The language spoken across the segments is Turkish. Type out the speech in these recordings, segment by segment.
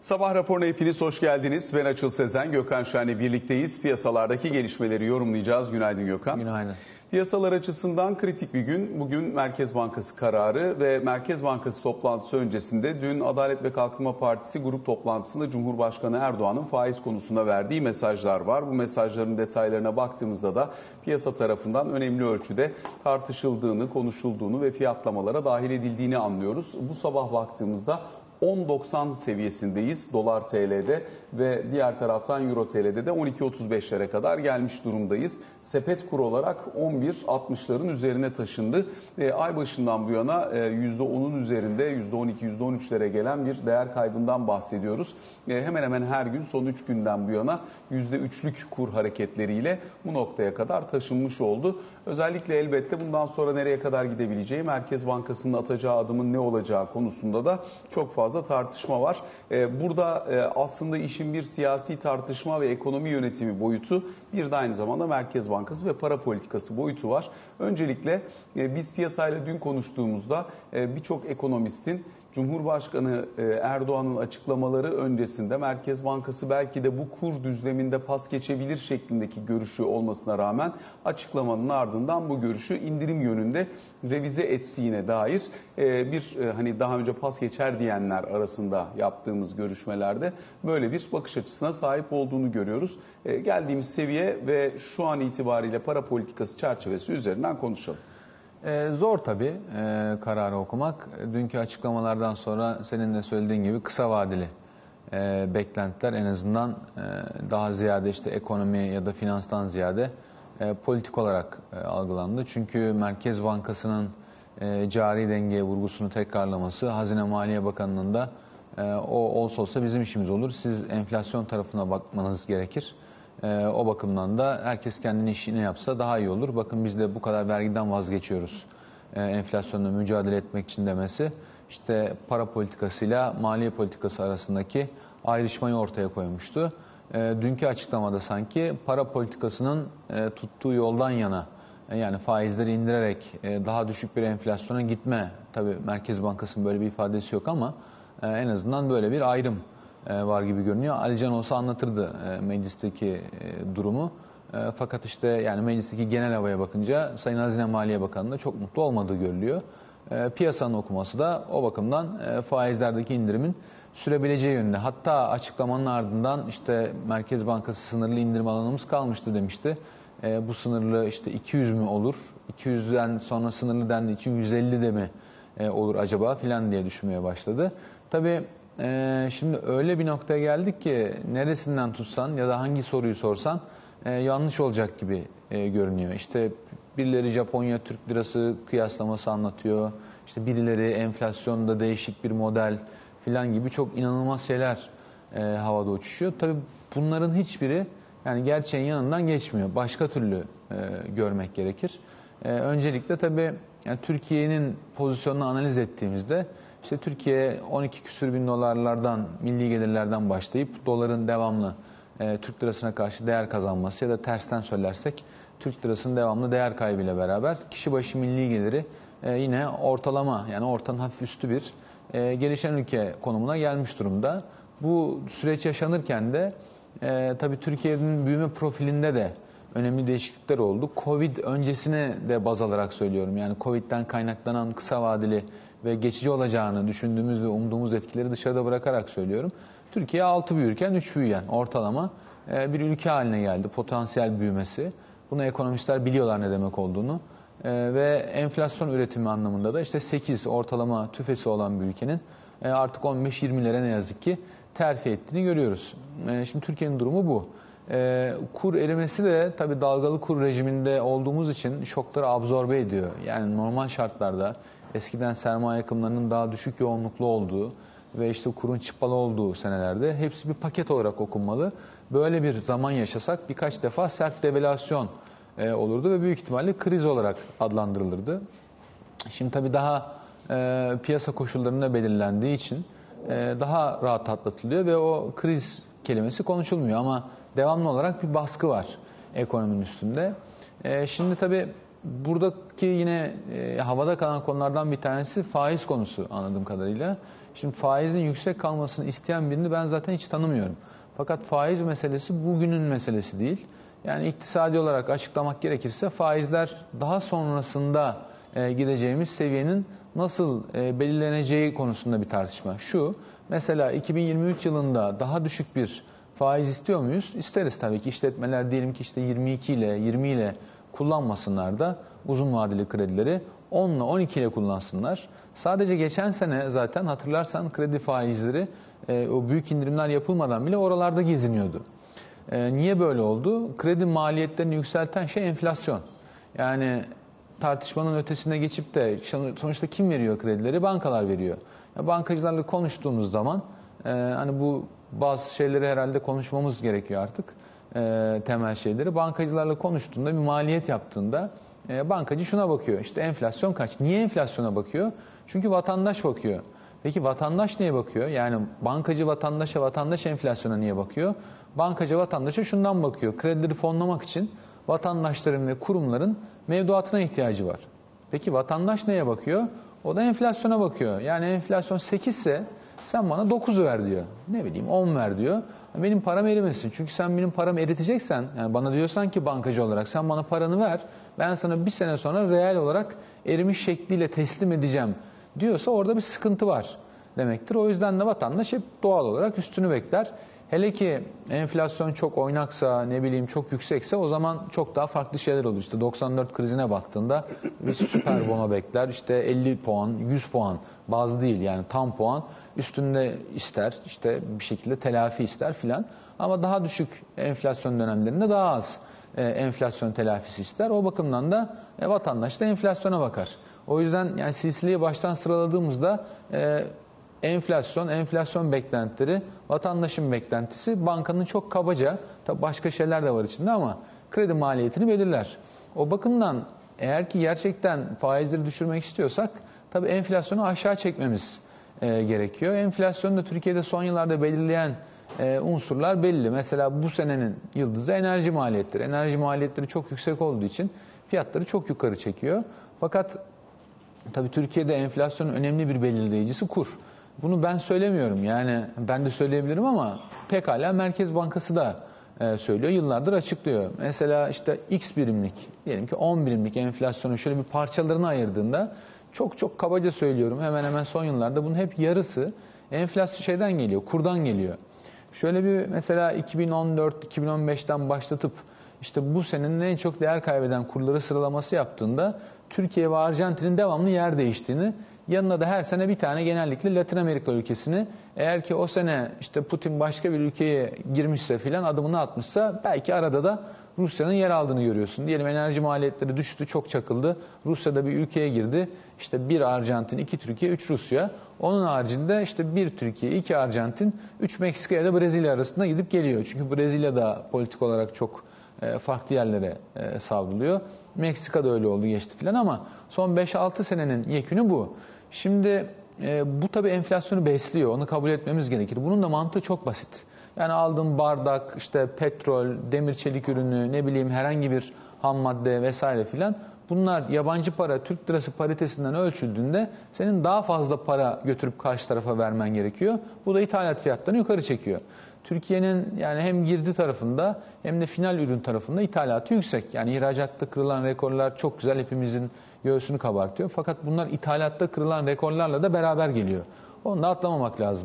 Sabah raporuna hepiniz hoş geldiniz. Ben Açıl Sezen, Gökhan Şen'le birlikteyiz. Piyasalardaki gelişmeleri yorumlayacağız. Günaydın Gökhan. Günaydın. Piyasalar açısından kritik bir gün. Bugün Merkez Bankası kararı ve Merkez Bankası toplantısı öncesinde dün Adalet ve Kalkınma Partisi grup toplantısında Cumhurbaşkanı Erdoğan'ın faiz konusunda verdiği mesajlar var. Bu mesajların detaylarına baktığımızda da piyasa tarafından önemli ölçüde tartışıldığını, konuşulduğunu ve fiyatlamalara dahil edildiğini anlıyoruz. Bu sabah baktığımızda 10.90 seviyesindeyiz dolar TL'de ve diğer taraftan euro TL'de de 12.35'lere kadar gelmiş durumdayız. Sepet kur olarak 11.60'ların üzerine taşındı. Ay başından bu yana %10'un üzerinde %12, %13'lere gelen bir değer kaybından bahsediyoruz. Hemen hemen her gün son 3 günden bu yana %3'lük kur hareketleriyle bu noktaya kadar taşınmış oldu. Özellikle elbette bundan sonra nereye kadar gidebileceği, Merkez Bankası'nın atacağı adımın ne olacağı konusunda da çok fazla tartışma var. Burada aslında işin bir siyasi tartışma ve ekonomi yönetimi boyutu, bir de aynı zamanda Merkez Bankası ve para politikası boyutu var. Öncelikle biz piyasayla dün konuştuğumuzda birçok ekonomistin Cumhurbaşkanı Erdoğan'ın açıklamaları öncesinde Merkez Bankası belki de bu kur düzleminde pas geçebilir şeklindeki görüşü olmasına rağmen açıklamanın ardından bu görüşü indirim yönünde revize ettiğine dair bir hani daha önce pas geçer diyenler arasında yaptığımız görüşmelerde böyle bir bakış açısına sahip olduğunu görüyoruz. Geldiğimiz seviye ve şu an itibariyle para politikası çerçevesi üzerinden konuşalım. Zor tabii kararı okumak. Dünkü açıklamalardan sonra senin de söylediğin gibi kısa vadeli beklentiler en azından daha ziyade işte ekonomi ya da finanstan ziyade politik olarak algılandı. Çünkü Merkez Bankası'nın cari denge vurgusunu tekrarlaması, Hazine Maliye Bakanı'nın da o olsa olsa bizim işimiz olur, siz enflasyon tarafına bakmanız gerekir. O bakımdan da herkes kendini işini yapsa daha iyi olur. Bakın biz de bu kadar vergiden vazgeçiyoruz enflasyonla mücadele etmek için demesi, işte para politikasıyla maliye politikası arasındaki ayrışmayı ortaya koymuştu. Dünkü açıklamada sanki para politikasının tuttuğu yoldan yana, yani faizleri indirerek daha düşük bir enflasyona gitme, tabii Merkez Bankası'nın böyle bir ifadesi yok ama en azından böyle bir ayrım var gibi görünüyor. Alican olsa anlatırdı meclisteki durumu. Fakat işte yani meclisteki genel havaya bakınca Sayın Hazine Maliye Bakanı'nın da çok mutlu olmadığı görülüyor. Piyasanın okuması da o bakımdan faizlerdeki indirimin sürebileceği yönünde. Hatta açıklamanın ardından işte Merkez Bankası sınırlı indirim alanımız kalmıştı demişti. Bu sınırlı işte 200 mü olur? 200'den sonra sınırlı dendiği için 150 de mi olur acaba filan diye düşünmeye başladı. Tabii şimdi öyle bir noktaya geldik ki neresinden tutsan ya da hangi soruyu sorsan yanlış olacak gibi görünüyor. İşte birileri Japonya Türk lirası kıyaslaması anlatıyor. İşte birileri enflasyonda değişik bir model filan gibi çok inanılmaz şeyler havada uçuşuyor. Tabii bunların hiçbiri yani gerçeğin yanından geçmiyor. Başka türlü görmek gerekir. Öncelikle tabii yani Türkiye'nin pozisyonunu analiz ettiğimizde İşte Türkiye 12 küsür bin dolarlardan, milli gelirlerden başlayıp doların devamlı Türk lirasına karşı değer kazanması ya da tersten söylersek Türk lirasının devamlı değer kaybıyla beraber kişi başı milli geliri yine ortalama, yani ortanın hafif üstü bir gelişen ülke konumuna gelmiş durumda. Bu süreç yaşanırken de tabii Türkiye'nin büyüme profilinde de önemli değişiklikler oldu. Covid öncesine de baz alarak söylüyorum. Yani Covid'den kaynaklanan kısa vadeli ve geçici olacağını düşündüğümüz ve umduğumuz etkileri dışarıda bırakarak söylüyorum. Türkiye 6 büyürken 3 büyüyen ortalama bir ülke haline geldi. Potansiyel büyümesi. Bunu ekonomistler biliyorlar ne demek olduğunu. Ve enflasyon üretimi anlamında da işte 8 ortalama tüfesi olan bir ülkenin artık 15-20'lere ne yazık ki terfi ettiğini görüyoruz. Şimdi Türkiye'nin durumu bu. Kur erimesi de tabii dalgalı kur rejiminde olduğumuz için şokları absorbe ediyor. Yani normal şartlarda eskiden sermaye akımlarının daha düşük yoğunluklu olduğu ve işte kurun çıkmalı olduğu senelerde hepsi bir paket olarak okunmalı. Böyle bir zaman yaşasak birkaç defa sert devalüasyon olurdu ve büyük ihtimalle kriz olarak adlandırılırdı. Şimdi tabii daha piyasa koşullarında belirlendiği için daha rahat atlatılıyor ve o kriz kelimesi konuşulmuyor ama devamlı olarak bir baskı var ekonominin üstünde. Şimdi tabii buradaki yine havada kalan konulardan bir tanesi faiz konusu anladığım kadarıyla. Şimdi faizin yüksek kalmasını isteyen birini ben zaten hiç tanımıyorum. Fakat faiz meselesi bugünün meselesi değil. Yani iktisadi olarak açıklamak gerekirse faizler daha sonrasında gideceğimiz seviyenin nasıl belirleneceği konusunda bir tartışma. Şu, mesela 2023 yılında daha düşük bir faiz istiyor muyuz? İsteriz tabii ki. İşletmeler diyelim ki işte 22 ile 20 ile kullanmasınlar da uzun vadeli kredileri 10 ile 12 ile kullansınlar. Sadece geçen sene zaten hatırlarsan kredi faizleri o büyük indirimler yapılmadan bile oralarda geziniyordu. Niye böyle oldu? Kredi maliyetlerini yükselten şey enflasyon. Yani tartışmanın ötesine geçip de sonuçta kim veriyor kredileri? Bankalar veriyor. Bankacılarla konuştuğumuz zaman hani bu bazı şeyleri herhalde konuşmamız gerekiyor artık. Temel şeyleri. Bankacılarla konuştuğunda bir maliyet yaptığında bankacı şuna bakıyor. İşte enflasyon kaç? Niye enflasyona bakıyor? Çünkü vatandaş bakıyor. Peki vatandaş niye bakıyor? Yani bankacı vatandaşa, vatandaş enflasyona niye bakıyor? Bankacı vatandaşa şundan bakıyor. Kredileri fonlamak için vatandaşların ve kurumların mevduatına ihtiyacı var. Peki vatandaş neye bakıyor? O da enflasyona bakıyor. Yani enflasyon 8 ise sen bana 9 ver diyor. Ne bileyim 10 ver diyor. Benim param erimesin. Çünkü sen benim paramı eriteceksen, yani bana diyorsan ki bankacı olarak sen bana paranı ver. Ben sana bir sene sonra reel olarak erimiş şekliyle teslim edeceğim diyorsa orada bir sıkıntı var demektir. O yüzden de vatandaş hep doğal olarak üstünü bekler. Hele ki enflasyon çok oynaksa, ne bileyim çok yüksekse o zaman çok daha farklı şeyler olur. İşte 94 krizine baktığında bir süper bono bekler. İşte 50 puan, 100 puan bazı değil yani tam puan üstünde ister. İşte bir şekilde telafi ister filan. Ama daha düşük enflasyon dönemlerinde daha az enflasyon telafisi ister. O bakımdan da vatandaş da enflasyona bakar. O yüzden yani silsileyi baştan sıraladığımızda enflasyon beklentileri, vatandaşın beklentisi, bankanın çok kabaca, tabii başka şeyler de var içinde ama kredi maliyetini belirler. O bakımdan eğer ki gerçekten faizleri düşürmek istiyorsak tabii enflasyonu aşağı çekmemiz gerekiyor. Enflasyonu da Türkiye'de son yıllarda belirleyen unsurlar belli. Mesela bu senenin yıldızı enerji maliyetleri. Enerji maliyetleri çok yüksek olduğu için fiyatları çok yukarı çekiyor. Fakat tabii Türkiye'de enflasyonun önemli bir belirleyicisi kur. Bunu ben söylemiyorum. Yani ben de söyleyebilirim ama pekala Merkez Bankası da söylüyor. Yıllardır açıklıyor. Mesela işte X birimlik, diyelim ki 10 birimlik enflasyonu şöyle bir parçalarına ayırdığında çok kabaca söylüyorum. Hemen hemen son yıllarda bunun hep yarısı enflasyon şeyden geliyor, kurdan geliyor. Şöyle bir mesela 2014-2015'ten başlatıp işte bu senenin en çok değer kaybeden kurları sıralaması yaptığında Türkiye ve Arjantin'in devamlı yer değiştiğini, yanına da her sene bir tane genellikle Latin Amerika ülkesini, eğer ki o sene işte Putin başka bir ülkeye girmişse filan adımını atmışsa belki arada da Rusya'nın yer aldığını görüyorsun. Diyelim enerji maliyetleri düştü, çok çakıldı. Rusya'da bir ülkeye girdi. İşte 1 Arjantin, 2 Türkiye, 3 Rusya. Onun haricinde işte 1 Türkiye, 2 Arjantin, 3 Meksika ya da Brezilya arasında gidip geliyor. Çünkü Brezilya da politik olarak çok farklı yerlere savruluyor. Meksika da öyle oldu geçti filan ama son 5-6 senenin yekünü bu. Şimdi bu tabii enflasyonu besliyor. Onu kabul etmemiz gerekir. Bunun da mantığı çok basit. Yani aldığım bardak, işte petrol, demir çelik ürünü, ne bileyim herhangi bir ham madde vesaire filan, bunlar yabancı para, Türk lirası paritesinden ölçüldüğünde senin daha fazla para götürüp karşı tarafa vermen gerekiyor. Bu da ithalat fiyatlarını yukarı çekiyor. Türkiye'nin yani hem girdi tarafında hem de final ürün tarafında ithalatı yüksek. Yani ihracatta kırılan rekorlar çok güzel, hepimizin göğsünü kabartıyor. Fakat bunlar ithalatta kırılan rekorlarla da beraber geliyor. Onu da atlamamak lazım.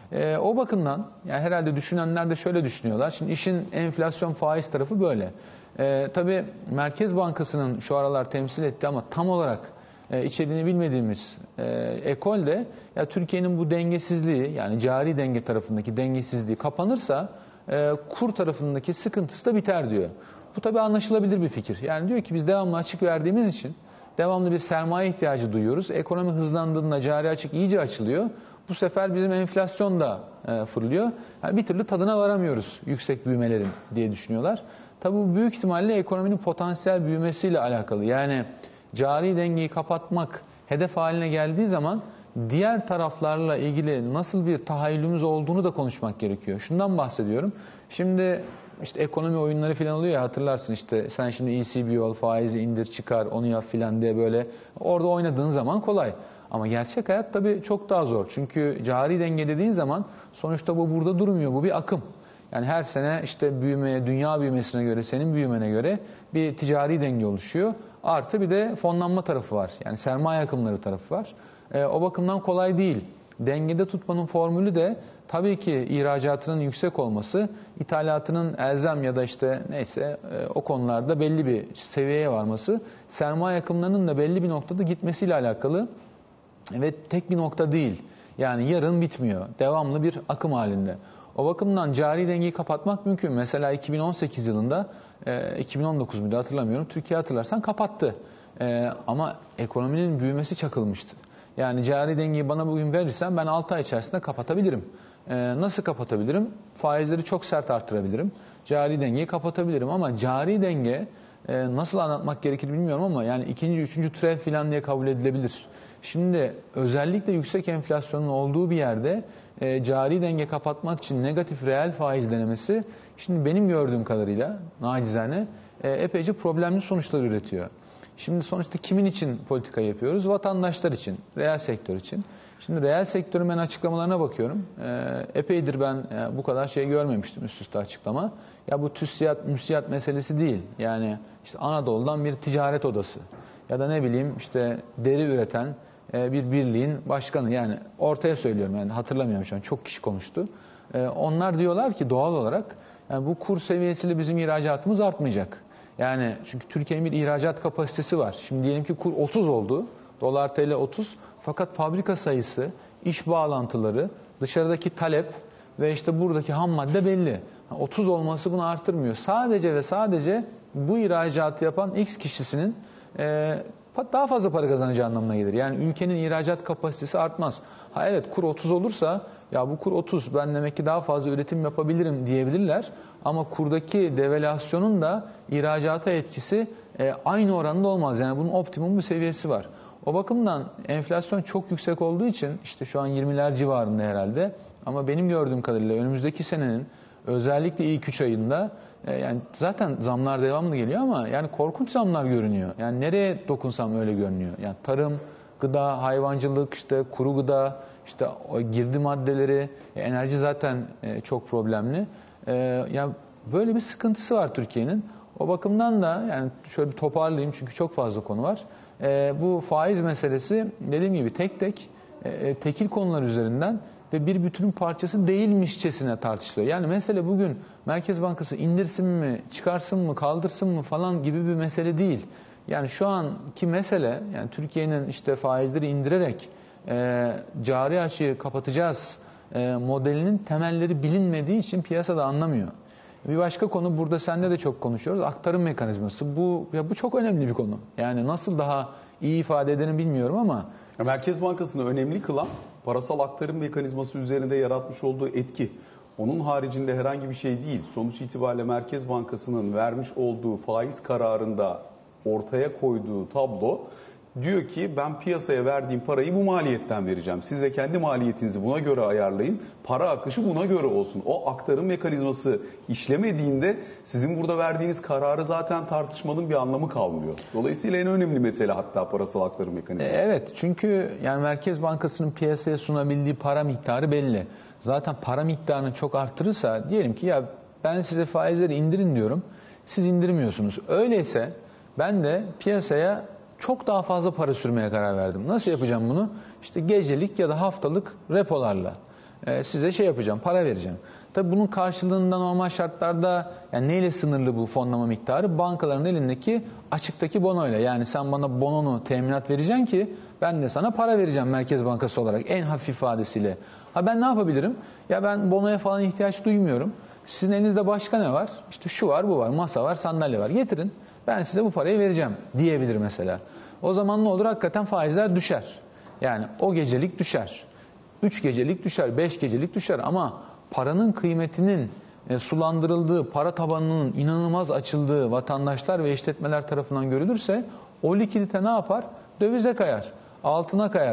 O bakımdan yani herhalde düşünenler de şöyle düşünüyorlar. Şimdi işin enflasyon faiz tarafı böyle. Tabii Merkez Bankası'nın şu aralar temsil ettiği ama tam olarak içeriğini bilmediğimiz ekol de ya Türkiye'nin bu dengesizliği, yani cari denge tarafındaki dengesizliği kapanırsa kur tarafındaki sıkıntısı da biter diyor. Bu tabii anlaşılabilir bir fikir. Yani diyor ki biz devamlı açık verdiğimiz için devamlı bir sermaye ihtiyacı duyuyoruz. Ekonomi hızlandığında cari açık iyice açılıyor. Bu sefer bizim enflasyon da fırlıyor. Yani bir türlü tadına varamıyoruz yüksek büyümelerin diye düşünüyorlar. Tabii bu büyük ihtimalle ekonominin potansiyel büyümesiyle alakalı. Yani cari dengeyi kapatmak hedef haline geldiği zaman diğer taraflarla ilgili nasıl bir tahayyülümüz olduğunu da konuşmak gerekiyor. Şundan bahsediyorum. Şimdi işte ekonomi oyunları falan oluyor ya, hatırlarsın, işte sen şimdi ECB ol, faizi indir çıkar, onu yap filan diye, böyle orada oynadığın zaman kolay. Ama gerçek hayat tabii çok daha zor. Çünkü cari denge dediğin zaman sonuçta bu burada durmuyor. Bu bir akım. Yani her sene işte büyümeye, dünya büyümesine göre, senin büyümene göre bir ticari denge oluşuyor. Artı bir de fonlanma tarafı var. Yani sermaye akımları tarafı var. O bakımdan kolay değil. Dengede tutmanın formülü de tabii ki ihracatının yüksek olması, ithalatının elzem ya da işte neyse o konularda belli bir seviyeye varması, sermaye akımlarının da belli bir noktada gitmesiyle alakalı ve tek bir nokta değil. Yani yarın bitmiyor. Devamlı bir akım halinde. O bakımdan cari dengeyi kapatmak mümkün. Mesela 2018 yılında, 2019 muydu hatırlamıyorum, Türkiye hatırlarsan kapattı. Ama ekonominin büyümesi çakılmıştı. Yani cari dengeyi bana bugün verirsen ben 6 ay içerisinde kapatabilirim. Nasıl kapatabilirim? Faizleri çok sert arttırabilirim. Cari dengeyi kapatabilirim ama cari denge nasıl anlatmak gerekir bilmiyorum ama yani ikinci, üçüncü türev falan diye kabul edilebilir. Şimdi özellikle yüksek enflasyonun olduğu bir yerde cari denge kapatmak için negatif reel faiz denemesi, şimdi benim gördüğüm kadarıyla nacizane epeyce problemli sonuçlar üretiyor. Şimdi sonuçta kimin için politika yapıyoruz? Vatandaşlar için, reel sektör için. Şimdi reel sektörün ben açıklamalarına bakıyorum. Epeydir ben bu kadar şey görmemiştim, üst üste açıklama. Ya bu TÜSİAD, MÜSİAD meselesi değil. Yani işte Anadolu'dan bir ticaret odası ya da ne bileyim işte deri üreten bir birliğin başkanı, yani ortaya söylüyorum, yani hatırlamıyorum şu an, çok kişi konuştu. Onlar diyorlar ki doğal olarak yani bu kur seviyesiyle bizim ihracatımız artmayacak. Yani çünkü Türkiye'nin bir ihracat kapasitesi var. Şimdi diyelim ki kur 30 oldu. Dolar TL 30. Fakat fabrika sayısı, iş bağlantıları, dışarıdaki talep ve işte buradaki ham madde belli. 30 olması bunu arttırmıyor. Sadece ve sadece bu ihracatı yapan X kişisinin daha fazla para kazanacağı anlamına gelir. Yani ülkenin ihracat kapasitesi artmaz. Ha evet, kur 30 olursa ya bu kur 30, ben demek ki daha fazla üretim yapabilirim diyebilirler. Ama kurdaki devalüasyonun da ihracata etkisi aynı oranda olmaz. Yani bunun optimum bir seviyesi var. O bakımdan enflasyon çok yüksek olduğu için işte şu an 20'ler civarında herhalde. Ama benim gördüğüm kadarıyla önümüzdeki senenin özellikle ilk 3 ayında yani zaten zamlar devamlı geliyor ama yani korkunç zamlar görünüyor. Yani nereye dokunsam öyle görünüyor. Yani tarım, gıda, hayvancılık, işte kuru gıda, işte girdi maddeleri, enerji zaten çok problemli. Yani böyle bir sıkıntısı var Türkiye'nin. O bakımdan da yani şöyle bir toparlayayım çünkü çok fazla konu var. Bu faiz meselesi dediğim gibi tek tek tekil konular üzerinden ve bir bütünün parçası değilmişçesine tartışılıyor. Yani mesele bugün Merkez Bankası indirsin mi, çıkarsın mı, kaldırsın mı falan gibi bir mesele değil. Yani şu anki mesele, yani Türkiye'nin işte faizleri indirerek cari açığı kapatacağız modelinin temelleri bilinmediği için piyasada anlamıyor. Bir başka konu, burada sende de çok konuşuyoruz, aktarım mekanizması. Bu çok önemli bir konu. Yani nasıl daha iyi ifade ederim bilmiyorum ama Merkez Bankası'nı önemli kılan parasal aktarım mekanizması üzerinde yaratmış olduğu etki. Onun haricinde herhangi bir şey değil. Sonuç itibariyle Merkez Bankası'nın vermiş olduğu faiz kararında ortaya koyduğu tablo diyor ki ben piyasaya verdiğim parayı bu maliyetten vereceğim. Siz de kendi maliyetinizi buna göre ayarlayın. Para akışı buna göre olsun. O aktarım mekanizması işlemediğinde sizin burada verdiğiniz kararı zaten tartışmanın bir anlamı kalmıyor. Dolayısıyla en önemli mesele hatta parasal aktarım mekanizması. Evet, çünkü yani Merkez Bankası'nın piyasaya sunabildiği para miktarı belli. Zaten para miktarını çok arttırırsa, diyelim ki ya ben size faizleri indirin diyorum. Siz indirmiyorsunuz. Öyleyse ben de piyasaya çok daha fazla para sürmeye karar verdim. Nasıl yapacağım bunu? İşte gecelik ya da haftalık repolarla size şey yapacağım, para vereceğim. Tabii bunun karşılığında normal şartlarda yani neyle sınırlı bu fonlama miktarı? Bankaların elindeki açıktaki bonoyla. Yani sen bana bononu teminat vereceksin ki ben de sana para vereceğim Merkez Bankası olarak en hafif ifadesiyle. Ha ben ne yapabilirim? Ya ben bonoya falan ihtiyaç duymuyorum. Sizin elinizde başka ne var? İşte şu var, bu var, masa var, sandalye var. Getirin. Ben size bu parayı vereceğim diyebilir mesela. O zaman ne olur? Hakikaten faizler düşer. Yani o gecelik düşer. 3 gecelik düşer, 5 gecelik düşer ama paranın kıymetinin sulandırıldığı, para tabanının inanılmaz açıldığı vatandaşlar ve işletmeler tarafından görülürse o likidite ne yapar? Dövize kayar, altına kayar,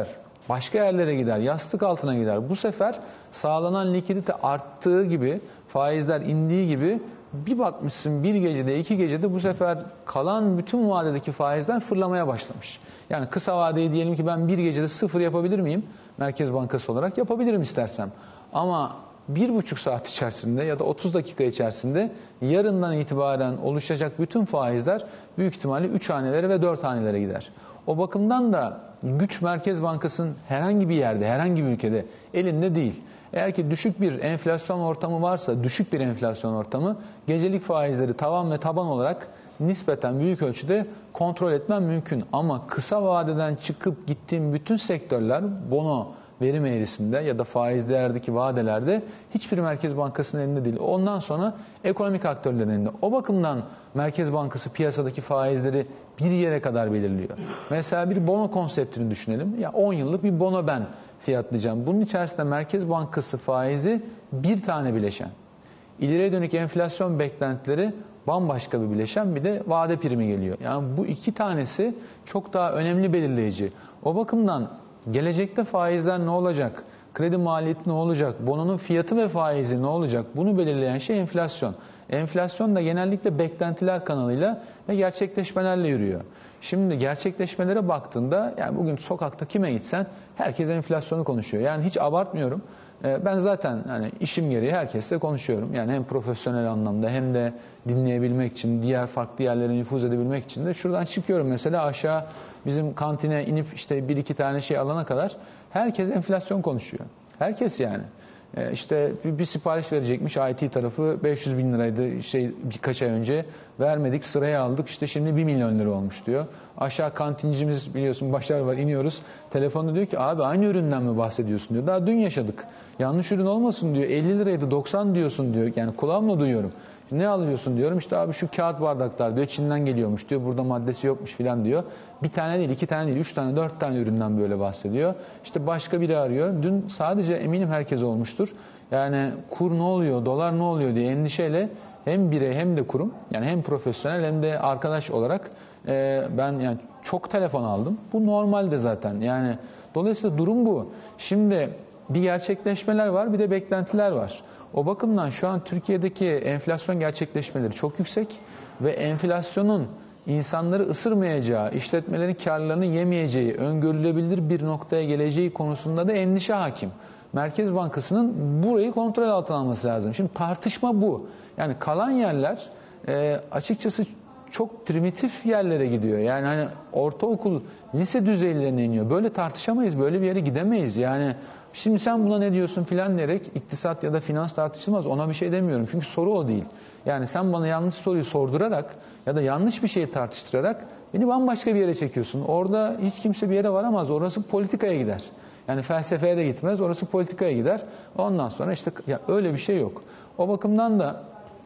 başka yerlere gider, yastık altına gider. Bu sefer sağlanan likidite arttığı gibi, faizler indiği gibi bir bakmışsın bir gecede, 2 gecede bu sefer kalan bütün vadedeki faizler fırlamaya başlamış. Yani kısa vadeyi diyelim ki ben bir gecede 0 yapabilir miyim? Merkez Bankası olarak yapabilirim istersem. Ama 1,5 saat içerisinde ya da 30 dakika içerisinde yarından itibaren oluşacak bütün faizler büyük ihtimalle 3 hanelere ve 4 hanelere gider. O bakımdan da güç Merkez Bankası'nın herhangi bir yerde, herhangi bir ülkede elinde değil. Eğer ki düşük bir enflasyon ortamı varsa, düşük bir enflasyon ortamı, gecelik faizleri tavan ve taban olarak nispeten büyük ölçüde kontrol etmen mümkün. Ama kısa vadeden çıkıp gittiğim bütün sektörler, bono verim eğrisinde ya da faiz değerdeki vadelerde hiçbir Merkez Bankası'nın elinde değil. Ondan sonra ekonomik aktörlerin elinde. O bakımdan Merkez Bankası piyasadaki faizleri bir yere kadar belirliyor. Mesela bir bono konseptini düşünelim. Ya 10 yıllık bir bono ben fiyatlayacağım. Bunun içerisinde Merkez Bankası faizi bir tane bileşen. İleriye dönük enflasyon beklentileri bambaşka bir bileşen, bir de vade primi geliyor. Yani bu iki tanesi çok daha önemli belirleyici. O bakımdan gelecekte faizler ne olacak? Kredi maliyeti ne olacak? Bononun fiyatı ve faizi ne olacak? Bunu belirleyen şey enflasyon. Enflasyon da genellikle beklentiler kanalıyla ve gerçekleşmelerle yürüyor. Şimdi gerçekleşmelere baktığında yani bugün sokakta kime gitsen herkes enflasyonu konuşuyor. Yani hiç abartmıyorum. Ben zaten hani işim gereği herkesle konuşuyorum. Yani hem profesyonel anlamda hem de dinleyebilmek için, diğer farklı yerlere nüfuz edebilmek için de şuradan çıkıyorum mesela aşağı bizim kantine inip işte bir iki tane şey alana kadar herkes enflasyon konuşuyor. Herkes yani. İşte bir sipariş verecekmiş, IT tarafı 500 bin liraydı birkaç ay önce, vermedik, sıraya aldık, işte şimdi 1 milyon lira olmuş diyor. Aşağı kantincimiz biliyorsun Başar var, iniyoruz, telefonda diyor ki abi aynı üründen mi bahsediyorsun diyor, daha dün yaşadık, yanlış ürün olmasın diyor, 50 liraydı 90 diyorsun diyor, yani kulağımla duyuyorum. Ne alıyorsun diyorum, işte abi şu kağıt bardaklar diyor, Çin'den geliyormuş diyor, burada maddesi yokmuş filan diyor. Bir tane değil, 2 tane değil, 3 tane, 4 tane üründen böyle bahsediyor. İşte başka biri arıyor. Dün sadece eminim herkes olmuştur. Yani kur ne oluyor, dolar ne oluyor diye endişeyle hem birey hem de kurum, yani hem profesyonel hem de arkadaş olarak ben yani çok telefon aldım. Bu normalde zaten. Yani dolayısıyla durum bu. Şimdi bir gerçekleşmeler var, bir de beklentiler var. O bakımdan şu an Türkiye'deki enflasyon gerçekleşmeleri çok yüksek ve enflasyonun insanları ısırmayacağı, işletmelerin karlarını yemeyeceği, öngörülebilir bir noktaya geleceği konusunda da endişe hakim. Merkez Bankası'nın burayı kontrol altına alması lazım. Şimdi tartışma bu. Yani kalan yerler açıkçası çok primitif yerlere gidiyor. Yani hani ortaokul, lise düzeylerine iniyor. Böyle tartışamayız, böyle bir yere gidemeyiz. Yani şimdi sen buna ne diyorsun filan diyerek iktisat ya da finans tartışılmaz. Ona bir şey demiyorum. Çünkü soru o değil. Yani sen bana yanlış soruyu sordurarak ya da yanlış bir şeyi tartıştırarak beni bambaşka bir yere çekiyorsun. Orada hiç kimse bir yere varamaz. Orası politikaya gider. Yani felsefeye de gitmez. Orası politikaya gider. Ondan sonra işte ya öyle bir şey yok. O bakımdan da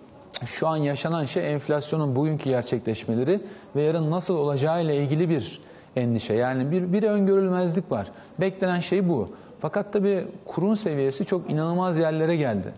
şu an yaşanan şey enflasyonun bugünkü gerçekleşmeleri ve yarın nasıl olacağı ile ilgili bir endişe. Yani bir öngörülmezlik var. Beklenen şey bu. Fakat tabii kurun seviyesi çok inanılmaz yerlere geldi.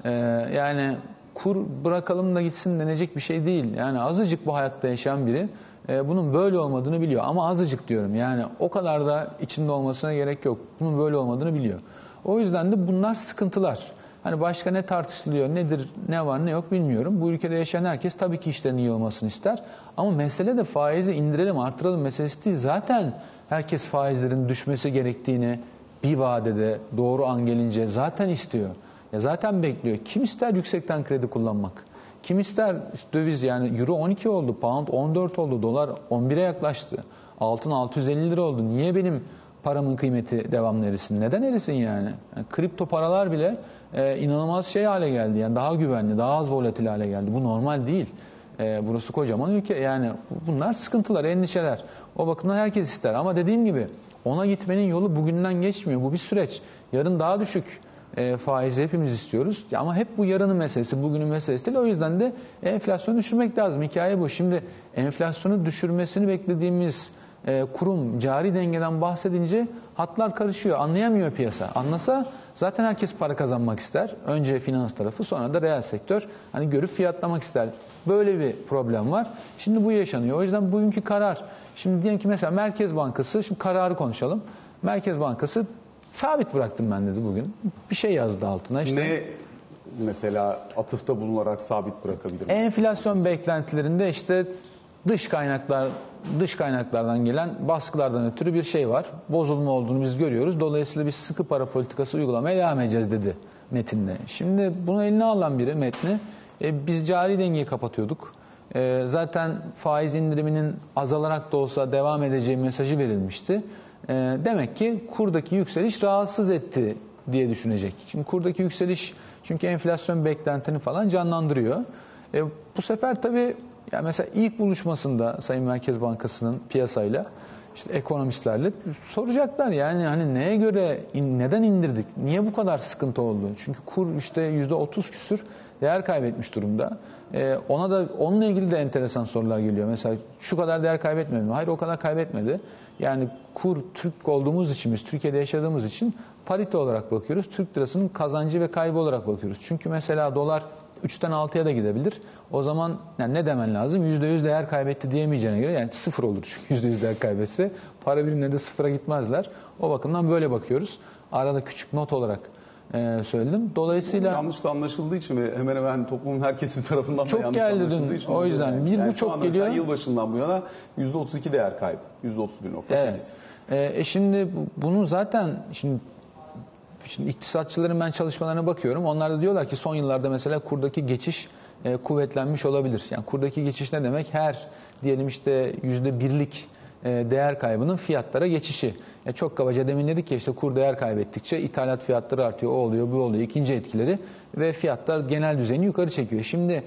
Yani kur bırakalım da gitsin denecek bir şey değil. Yani azıcık bu hayatta yaşayan biri bunun böyle olmadığını biliyor. Ama azıcık diyorum. Yani o kadar da içinde olmasına gerek yok. Bunun böyle olmadığını biliyor. O yüzden de bunlar sıkıntılar. Hani başka ne tartışılıyor, nedir, ne var, ne yok bilmiyorum. Bu ülkede yaşayan herkes tabii ki işlerin iyi olmasını ister. Ama mesele de faizi indirelim, artıralım meselesi değil. Zaten herkes faizlerin düşmesi gerektiğini bir vadede doğru an gelince zaten istiyor. Ya zaten bekliyor. Kim ister yüksekten kredi kullanmak? Kim ister döviz, yani euro 12 oldu, pound 14 oldu, dolar 11'e yaklaştı. Altın 650 lira oldu. Niye benim paramın kıymeti devamlı erisin? Neden erisin yani? Kripto paralar bile inanılmaz şey hale geldi. Yani daha güvenli, daha az volatil hale geldi. Bu normal değil. Burası kocaman ülke. Yani bunlar sıkıntılar, endişeler. O bakımdan herkes ister. Ama dediğim gibi ona gitmenin yolu bugünden geçmiyor. Bu bir süreç. Yarın daha düşük faizi hepimiz istiyoruz. Ama hep bu yarının meselesi, bugünün meselesi değil. O yüzden de enflasyonu düşürmek lazım. Hikaye bu. Şimdi enflasyonu düşürmesini beklediğimiz kurum cari dengeden bahsedince hatlar karışıyor. Anlayamıyor piyasa. Anlasa zaten herkes para kazanmak ister. Önce finans tarafı, sonra da reel sektör hani görüp fiyatlamak ister. Böyle bir problem var. Şimdi bu yaşanıyor. O yüzden bugünkü karar. Şimdi diyelim ki mesela Merkez Bankası, şimdi kararı konuşalım. Merkez Bankası sabit bıraktım ben dedi bugün. Bir şey yazdı altına. İşte, ne mesela atıfta bulunarak sabit bırakabilir mi? enflasyon beklentilerinde işte dış kaynaklardan gelen baskılardan ötürü bir şey var. Bozulma olduğunu biz görüyoruz. Dolayısıyla biz sıkı para politikası uygulamaya devam edeceğiz dedi metinde. Şimdi bunu eline alan biri metni. Biz cari dengeyi kapatıyorduk. Zaten faiz indiriminin azalarak da olsa devam edeceği mesajı verilmişti. Demek ki kurdaki yükseliş rahatsız etti diye düşünecek. Şimdi kurdaki yükseliş çünkü enflasyon beklentini falan canlandırıyor. Bu sefer tabii ya mesela ilk buluşmasında Sayın Merkez Bankası'nın piyasayla işte ekonomistlerle soracaklar yani hani neye göre neden indirdik? Niye bu kadar sıkıntı oldu? Çünkü kur işte %30 küsür değer kaybetmiş durumda. Ona da onunla ilgili de enteresan sorular geliyor. Mesela şu kadar değer kaybetmedi mi? Hayır o kadar kaybetmedi. Yani kur Türk olduğumuz için biz Türkiye'de yaşadığımız için parite olarak bakıyoruz. Türk lirasının kazancı ve kaybı olarak bakıyoruz. Çünkü mesela dolar 3'ten 6'ya da gidebilir. O zaman yani ne demen lazım? %100 değer kaybetti diyemeyeceğine göre yani sıfır olur çünkü %100 değer kaybetse. Para birimleri de sıfıra gitmezler. O bakımdan böyle bakıyoruz. Arada küçük not olarak söyledim. Dolayısıyla yanlış da anlaşıldığı için ve hemen hemen toplumun her kesimi tarafından çok da yanlış geldi anlaşıldığı dün. için. O yüzden yani bu çok geliyor. Yılbaşından bu yana %32 değer kaybı. %31.8. Evet. Şimdi bunu zaten şimdi iktisatçıların ben çalışmalarına bakıyorum. Onlar da diyorlar ki son yıllarda mesela kurdaki geçiş kuvvetlenmiş olabilir. Yani kurdaki geçiş ne demek? Her diyelim işte %1'lik değer kaybının fiyatlara geçişi. Çok kabaca demin dedik ya işte kur değer kaybettikçe ithalat fiyatları artıyor. O oluyor, bu oluyor. İkinci etkileri ve fiyatlar genel düzeyini yukarı çekiyor. Şimdi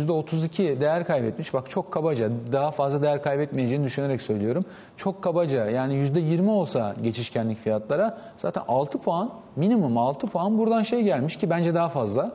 %32 değer kaybetmiş. Bak çok kabaca daha fazla değer kaybetmeyeceğini düşünerek söylüyorum. Çok kabaca yani %20 olsa geçişkenlik fiyatlara zaten 6 puan minimum 6 puan buradan şey gelmiş ki bence daha fazla.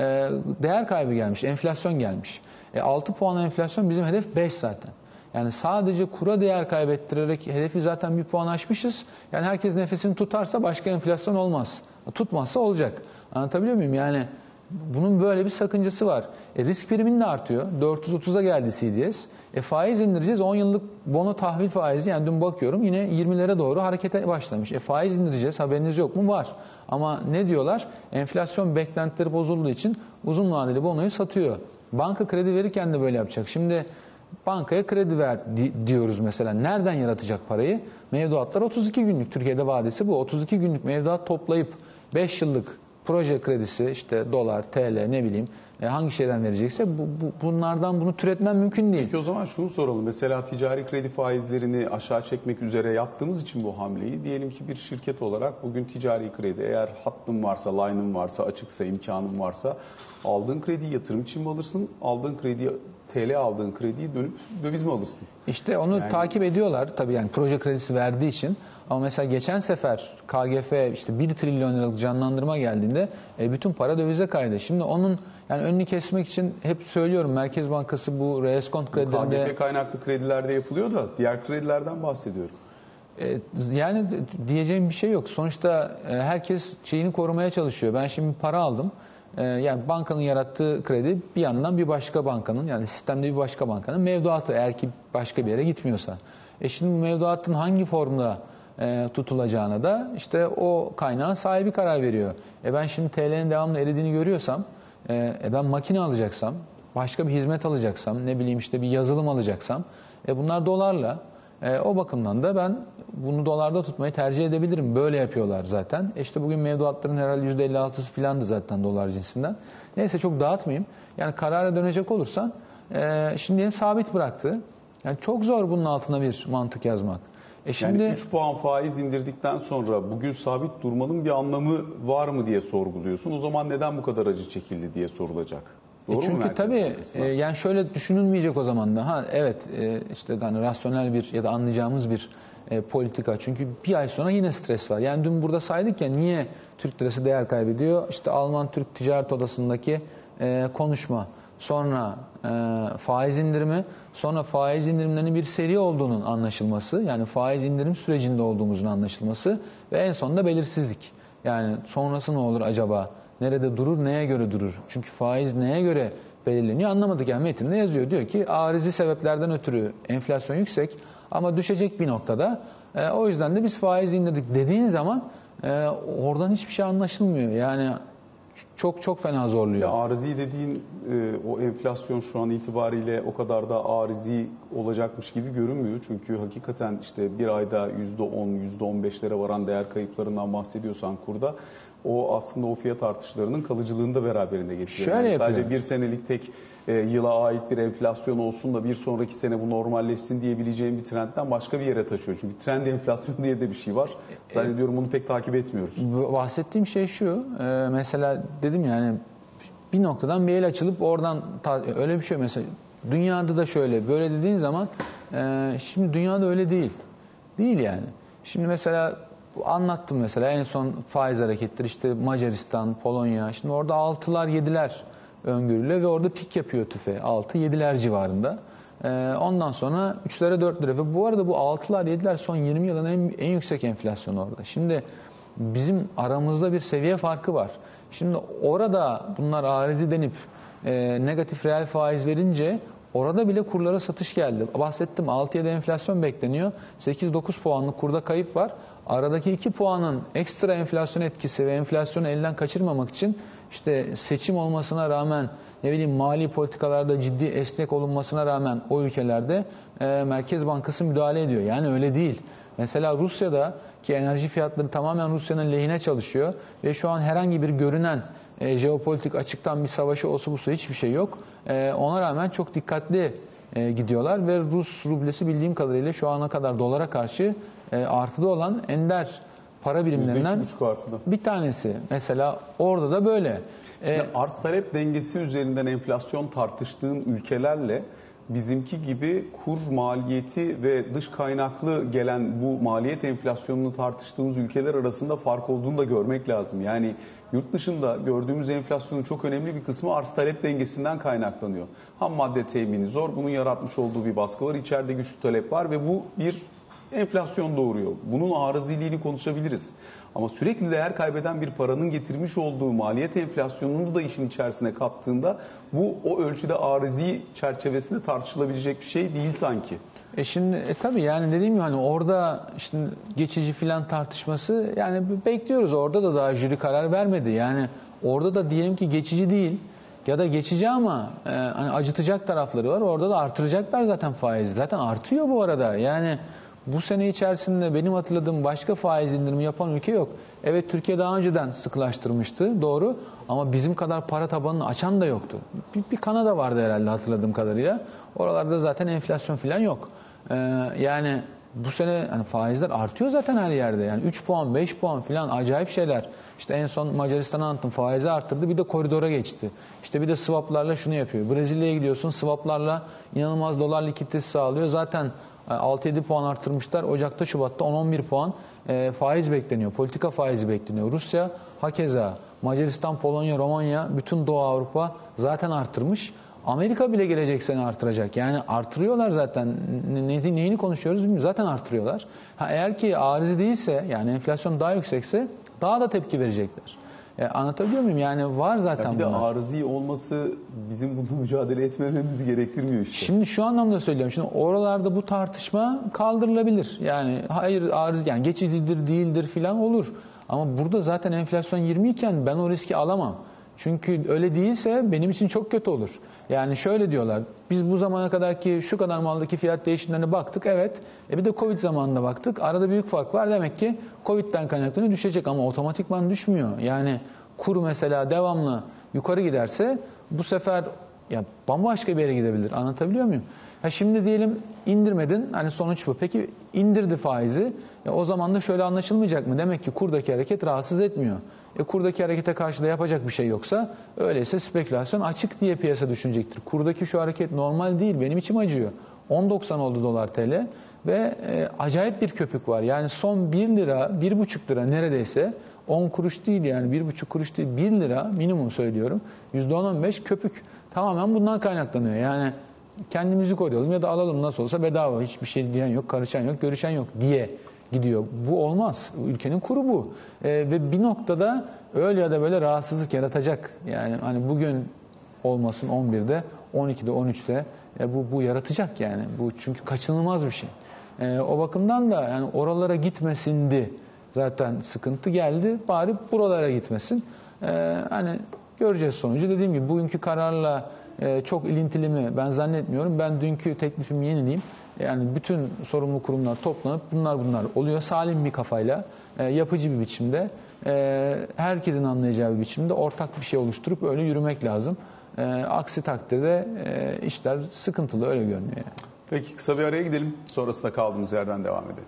Değer kaybı gelmiş, enflasyon gelmiş. 6 puan enflasyon bizim hedef 5 zaten. Yani sadece kura değer kaybettirerek hedefi zaten bir puan aşmışız. Yani herkes nefesini tutarsa başka enflasyon olmaz. Tutmazsa olacak. Anlatabiliyor muyum? Yani bunun böyle bir sakıncası var. Risk priminin de artıyor. 430'a geldi CDS. Faiz indireceğiz. 10 yıllık bono tahvil faizi yani dün bakıyorum yine 20'lere doğru harekete başlamış. Faiz indireceğiz. Haberiniz yok mu? Var. Ama ne diyorlar? Enflasyon beklentileri bozulduğu için uzun vadeli bonoyu satıyor. Banka kredi verirken de böyle yapacak. Şimdi bankaya kredi ver diyoruz mesela. Nereden yaratacak parayı? Mevduatlar 32 günlük. Türkiye'de vadesi bu. 32 günlük mevduat toplayıp 5 yıllık proje kredisi işte dolar, TL ne bileyim hangi şeyden verecekse bunlardan bunu türetmen mümkün değil. Peki o zaman şunu soralım. Mesela ticari kredi faizlerini aşağı çekmek üzere yaptığımız için bu hamleyi diyelim ki bir şirket olarak bugün ticari kredi eğer hattın varsa, line'ın varsa, açıksa, imkanın varsa aldığın krediyi yatırım için mi alırsın? Aldığın krediyi TL aldığın krediyi dönüp döviz mi alırsın? İşte onu takip ediyorlar tabii yani proje kredisi verdiği için. Ama mesela geçen sefer KGF işte 1 trilyon liralık canlandırma geldiğinde bütün para dövize kaydı. Şimdi onun yani önünü kesmek için hep söylüyorum Merkez Bankası bu reeskont kredilerinde... KGF kaynaklı kredilerde yapılıyor da diğer kredilerden bahsediyorum. Yani diyeceğim bir şey yok. Sonuçta herkes şeyini korumaya çalışıyor. Ben şimdi para aldım. Yani bankanın yarattığı kredi bir yandan bir başka bankanın yani sistemde bir başka bankanın mevduatı eğer ki başka bir yere gitmiyorsa. Şimdi bu mevduatın hangi formda tutulacağına da işte o kaynağın sahibi karar veriyor. Ben şimdi TL'nin devamlı eridiğini görüyorsam ben makine alacaksam başka bir hizmet alacaksam ne bileyim işte bir yazılım alacaksam bunlar dolarla o bakımdan da ben bunu dolarda tutmayı tercih edebilirim. Böyle yapıyorlar zaten. İşte bugün mevduatların herhalde %56'sı filandı zaten dolar cinsinden. Neyse çok dağıtmayayım. Yani karara dönecek olursan şimdi sabit bıraktı. Yani çok zor bunun altına bir mantık yazmak. Yani 3 puan faiz indirdikten sonra bugün sabit durmanın bir anlamı var mı diye sorguluyorsun. O zaman neden bu kadar acı çekildi diye sorulacak. Doğru mu çünkü tabii yani şöyle düşünülmeyecek o zaman da. Evet işte hani rasyonel bir ya da anlayacağımız bir politika. Çünkü bir ay sonra yine stres var. Yani dün burada saydık ya niye Türk lirası değer kaybediyor? İşte Alman-Türk Ticaret Odası'ndaki konuşma. Sonra faiz indirimi, sonra faiz indirimlerinin bir seri olduğunun anlaşılması, yani faiz indirim sürecinde olduğumuzun anlaşılması ve en sonunda belirsizlik. Yani sonrası ne olur acaba? Nerede durur, neye göre durur? Çünkü faiz neye göre belirleniyor anlamadık. Yani metinde yazıyor. Diyor ki arizi sebeplerden ötürü enflasyon yüksek ama düşecek bir noktada O yüzden de biz faiz indirdik dediğin zaman oradan hiçbir şey anlaşılmıyor. Yani çok fena zorluyor. Ya arızi dediğin o enflasyon şu an itibariyle o kadar da arızi olacakmış gibi görünmüyor. Çünkü hakikaten işte bir ayda %10, %15'lere varan değer kayıplarından bahsediyorsan kurda, o aslında o fiyat artışlarının kalıcılığını da beraberinde getiriyor. Şöyle Yani sadece yapıyor. bir senelik tek yıla ait bir enflasyon olsun da bir sonraki sene bu normalleşsin diyebileceğim bir trendten başka bir yere taşıyor. Çünkü trend enflasyon diye de bir şey var. Zannediyorum bunu pek takip etmiyoruz. Bahsettiğim şey şu, mesela dedim yani bir noktadan bir el açılıp oradan öyle bir şey mesela dünyada da şöyle böyle dediğin zaman şimdi dünyada öyle değil. Değil yani. Şimdi mesela anlattım mesela en son faiz hareketleri işte Macaristan, Polonya. Şimdi orada 6'lar 7'ler öngörülüyor ve orada pik yapıyor tüfe 6-7'ler civarında. Ondan sonra 3'lere 4'lere ve bu arada bu 6'lar 7'ler son 20 yılın en yüksek enflasyon orada. Şimdi bizim aramızda bir seviye farkı var. Şimdi orada bunlar arizi denip negatif reel faiz verince orada bile kurlara satış geldi. Bahsettim 6-7 enflasyon bekleniyor. 8-9 puanlık kurda kayıp var. Aradaki 2 puanın ekstra enflasyon etkisi ve enflasyonu elden kaçırmamak için işte seçim olmasına rağmen ne bileyim mali politikalarda ciddi esnek olunmasına rağmen o ülkelerde Merkez Bankası müdahale ediyor. Yani öyle değil. Mesela Rusya'da ki enerji fiyatları tamamen Rusya'nın lehine çalışıyor ve şu an herhangi bir görünen jeopolitik açıktan bir savaşı olsa busa hiçbir şey yok. Ona rağmen çok dikkatli gidiyorlar ve Rus rublesi bildiğim kadarıyla şu ana kadar dolara karşı artıda olan ender para birimlerinden %2,5 artıda. bir tanesi. Mesela orada da böyle. Arz talep dengesi üzerinden enflasyon tartıştığın ülkelerle bizimki gibi kur maliyeti ve dış kaynaklı gelen bu maliyet enflasyonunu tartıştığımız ülkeler arasında fark olduğunu da görmek lazım. Yani yurt dışında gördüğümüz enflasyonun çok önemli bir kısmı arz talep dengesinden kaynaklanıyor. Ham madde temini zor, bunun yaratmış olduğu bir baskı var. İçeride güçlü talep var ve bu bir enflasyon doğuruyor. Bunun arıziliğini konuşabiliriz. Ama sürekli değer kaybeden bir paranın getirmiş olduğu maliyet enflasyonunu da işin içerisine kattığında bu o ölçüde arızi çerçevesinde tartışılabilecek bir şey değil sanki. Şimdi tabii yani dediğim gibi hani orada işte geçici filan tartışması yani bekliyoruz. Orada da daha jüri karar vermedi. Yani orada da diyelim ki geçici değil ya da geçici ama hani acıtacak tarafları var. Orada da artıracaklar zaten faizi. Zaten artıyor bu arada. Yani bu sene içerisinde benim hatırladığım başka faiz indirimi yapan ülke yok. Evet Türkiye daha önceden sıkılaştırmıştı doğru ama bizim kadar para tabanını açan da yoktu. Bir Kanada vardı herhalde hatırladığım kadarıyla. Oralarda zaten enflasyon falan yok. Yani bu sene hani faizler artıyor zaten her yerde. Yani 3 puan 5 puan falan acayip şeyler. İşte en son Macaristan'a anlattım faizi arttırdı bir de koridora geçti. İşte bir de swaplarla şunu yapıyor. Brezilya'ya gidiyorsun swaplarla inanılmaz dolar likiditesi sağlıyor. Zaten 6-7 puan arttırmışlar. Ocak'ta, Şubat'ta 10-11 puan faiz bekleniyor. Politika faizi bekleniyor. Rusya hakeza, Macaristan, Polonya, Romanya, bütün Doğu Avrupa zaten arttırmış. Amerika bile gelecek sene artıracak. Yani artırıyorlar zaten. Neyini konuşuyoruz bilmiyorum. Zaten artırıyorlar. Eğer ki arizi değilse yani enflasyon daha yüksekse daha da tepki verecekler. Anlatabiliyor muyum? Yani var zaten bir de bunlar. arızi olması bizim bunu mücadele etmememizi gerektirmiyor işte. Şimdi şu anlamda söylüyorum. Şimdi oralarda bu tartışma kaldırılabilir. Yani hayır arız yani geçicidir değildir filan olur. Ama burada zaten enflasyon 20 iken ben o riski alamam. Çünkü öyle değilse benim için çok kötü olur. Yani şöyle diyorlar. Biz bu zamana kadar ki şu kadar maldaki fiyat değişimlerine baktık. Evet. Bir de Covid zamanında baktık. Arada büyük fark var. Demek ki Covid'den kaynaklanıyor düşecek ama otomatikman düşmüyor. Yani kur mesela devamlı yukarı giderse bu sefer ya bambaşka bir yere gidebilir. Anlatabiliyor muyum? Şimdi diyelim indirmedin. Hani sonuç bu. Peki indirdi faizi. O zaman da şöyle anlaşılmayacak mı? Demek ki kurdaki hareket rahatsız etmiyor. Kurdaki harekete karşı da yapacak bir şey yoksa öyleyse spekülasyon açık diye piyasa düşünecektir. Kurdaki şu hareket normal değil. Benim içim acıyor. 10.90 oldu dolar TL ve acayip bir köpük var. Yani son 1 lira, 1,5 lira neredeyse 10 kuruş değil yani 1,5 kuruş değil 1 lira minimum söylüyorum. %10-15 köpük. Tamamen bundan kaynaklanıyor. Yani kendimizi koruyalım ya da alalım nasıl olsa bedava. Hiçbir şey diyen yok, karışan yok, görüşen yok diye gidiyor. Bu olmaz. Ülkenin kuru bu. Ve bir noktada öyle ya da böyle rahatsızlık yaratacak. Yani hani bugün olmasın 11'de, 12'de, 13'te bu yaratacak yani. Bu çünkü kaçınılmaz bir şey. O bakımdan da yani oralara gitmesindi zaten sıkıntı geldi. Bari buralara gitmesin. Hani göreceğiz sonucu. Dediğim gibi bugünkü kararla çok ilintili mi ben zannetmiyorum. Ben dünkü teklifimi yenileyim. Yani bütün sorumlu kurumlar toplanıp bunlar oluyor. Salim bir kafayla, yapıcı bir biçimde, herkesin anlayacağı bir biçimde ortak bir şey oluşturup öyle yürümek lazım. Aksi takdirde işler sıkıntılı, öyle görünüyor yani. Peki kısa bir araya gidelim. Sonrasında kaldığımız yerden devam edelim.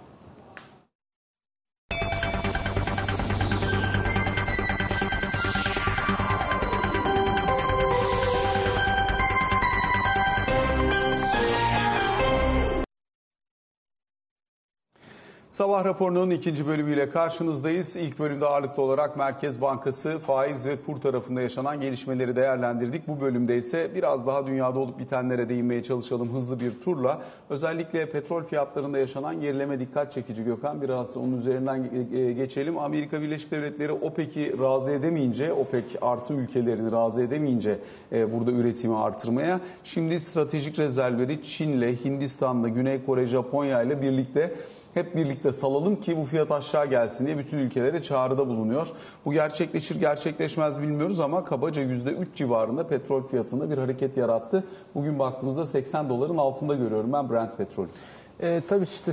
Sabah raporunun ikinci bölümüyle karşınızdayız. İlk bölümde ağırlıklı olarak Merkez Bankası faiz ve kur tarafında yaşanan gelişmeleri değerlendirdik. Bu bölümde ise biraz daha dünyada olup bitenlere değinmeye çalışalım hızlı bir turla. Özellikle petrol fiyatlarında yaşanan gerileme dikkat çekici Gökhan. Biraz onun üzerinden geçelim. Amerika Birleşik Devletleri OPEC'i razı edemeyince, OPEC artı ülkelerini razı edemeyince burada üretimi artırmaya, şimdi stratejik rezervleri Çin'le, Hindistan'la, Güney Kore, Japonya ile hep birlikte salalım ki bu fiyat aşağı gelsin diye bütün ülkelere çağrıda bulunuyor. Bu gerçekleşir gerçekleşmez bilmiyoruz ama kabaca %3 civarında petrol fiyatında bir hareket yarattı. Bugün baktığımızda $80 altında görüyorum ben Brent petrol. Tabii işte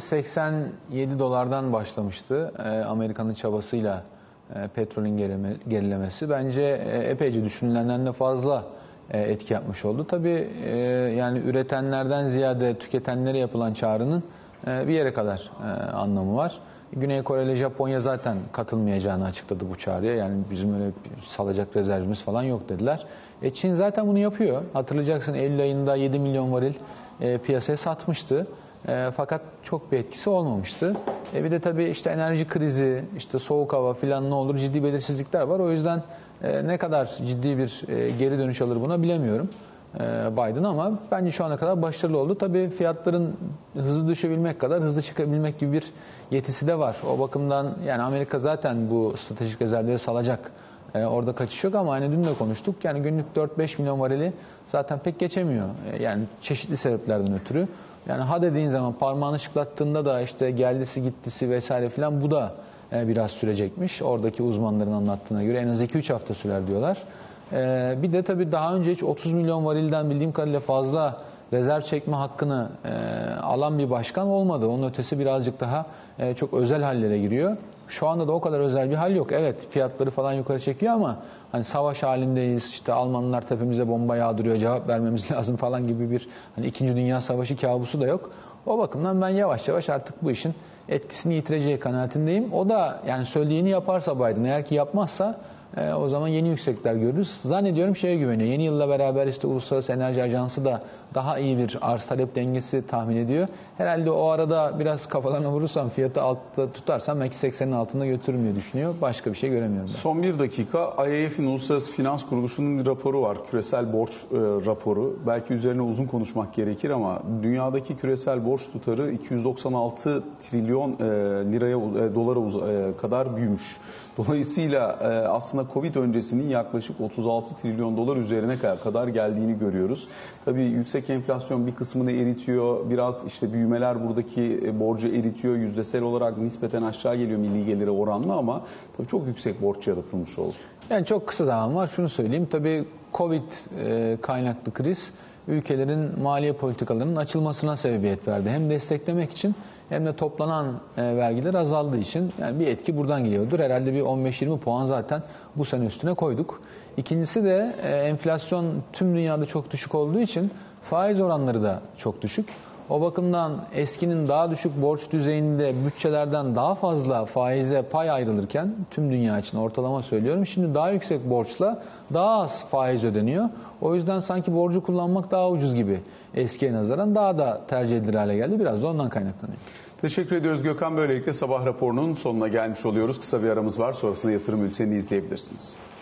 87 dolardan başlamıştı Amerika'nın çabasıyla petrolün gerilemesi. Bence epeyce düşünülenden de fazla etki yapmış oldu. Tabii yani üretenlerden ziyade tüketenlere yapılan çağrının bir yere kadar anlamı var. Güney Kore ile Japonya zaten katılmayacağını açıkladı bu çağrıya. Yani bizim öyle salacak rezervimiz falan yok dediler. Çin zaten bunu yapıyor. Hatırlayacaksın Eylül ayında 7 milyon varil piyasaya satmıştı. Fakat çok bir etkisi olmamıştı. Bir de tabii işte enerji krizi, işte soğuk hava filan ne olur ciddi belirsizlikler var. O yüzden ne kadar ciddi bir geri dönüş alır buna bilemiyorum Biden, ama bence şu ana kadar başarılı oldu. Tabii fiyatların hızlı düşebilmek kadar hızlı çıkabilmek gibi bir yetisi de var. O bakımdan yani Amerika zaten bu stratejik rezervleri salacak. Orada kaçış yok ama hani dün de konuştuk. Yani günlük 4-5 milyon varili zaten pek geçemiyor. Yani çeşitli sebeplerden ötürü. Yani ha dediğin zaman parmağını şıklattığında da işte geldisi gittisi vesaire filan bu da biraz sürecekmiş. Oradaki uzmanların anlattığına göre en az 2-3 hafta sürer diyorlar. Bir de tabii daha önce hiç 30 milyon varilden bildiğim kadarıyla fazla rezerv çekme hakkını alan bir başkan olmadı. Onun ötesi birazcık daha çok özel hallere giriyor. Şu anda da o kadar özel bir hal yok. Evet fiyatları falan yukarı çekiyor ama hani savaş halindeyiz, işte Almanlar tepemize bomba yağdırıyor, cevap vermemiz lazım falan gibi bir hani 2. Dünya Savaşı kabusu da yok. O bakımdan ben yavaş yavaş artık bu işin etkisini yitireceği kanaatindeyim. O da yani söylediğini yaparsa Biden, eğer ki yapmazsa o zaman yeni yüksekler görürüz. Zannediyorum şeye güveniyor. Yeni yılla beraber işte Uluslararası Enerji Ajansı da daha iyi bir arz talep dengesi tahmin ediyor. Herhalde o arada biraz kafalarına vurursam, fiyatı altta tutarsam belki 80'in altında götürürüm diye düşünüyor. Başka bir şey göremiyorum ben. Son bir dakika. IMF'in Uluslararası Finans Kuruluşu'nun bir raporu var. Küresel borç raporu. Belki üzerine uzun konuşmak gerekir ama dünyadaki küresel borç tutarı 296 trilyon dolara kadar büyümüş. Dolayısıyla aslında Covid öncesinin yaklaşık 36 trilyon dolar üzerine kadar geldiğini görüyoruz. Tabii yüksek enflasyon bir kısmını eritiyor. Biraz işte büyümeler buradaki borcu eritiyor. Yüzdesel olarak nispeten aşağı geliyor milli gelire oranla ama tabii çok yüksek borç yaratılmış oldu. Yani çok kısa zaman var. Şunu söyleyeyim. Tabii Covid kaynaklı kriz ülkelerin maliye politikalarının açılmasına sebebiyet verdi. Hem desteklemek için hem de toplanan vergiler azaldığı için yani bir etki buradan geliyordur. Herhalde bir 15-20 puan zaten bu sene üstüne koyduk. İkincisi de enflasyon tüm dünyada çok düşük olduğu için faiz oranları da çok düşük. O bakımdan eskinin daha düşük borç düzeyinde bütçelerden daha fazla faize pay ayrılırken tüm dünya için ortalama söylüyorum. Şimdi daha yüksek borçla daha az faiz ödeniyor. O yüzden sanki borcu kullanmak daha ucuz gibi eskiye nazaran daha da tercih edilir hale geldi. Biraz da ondan kaynaklanıyor. Teşekkür ediyoruz Gökhan. Böylelikle sabah raporunun sonuna gelmiş oluyoruz. Kısa bir aramız var. Sonrasında yatırım bültenini izleyebilirsiniz.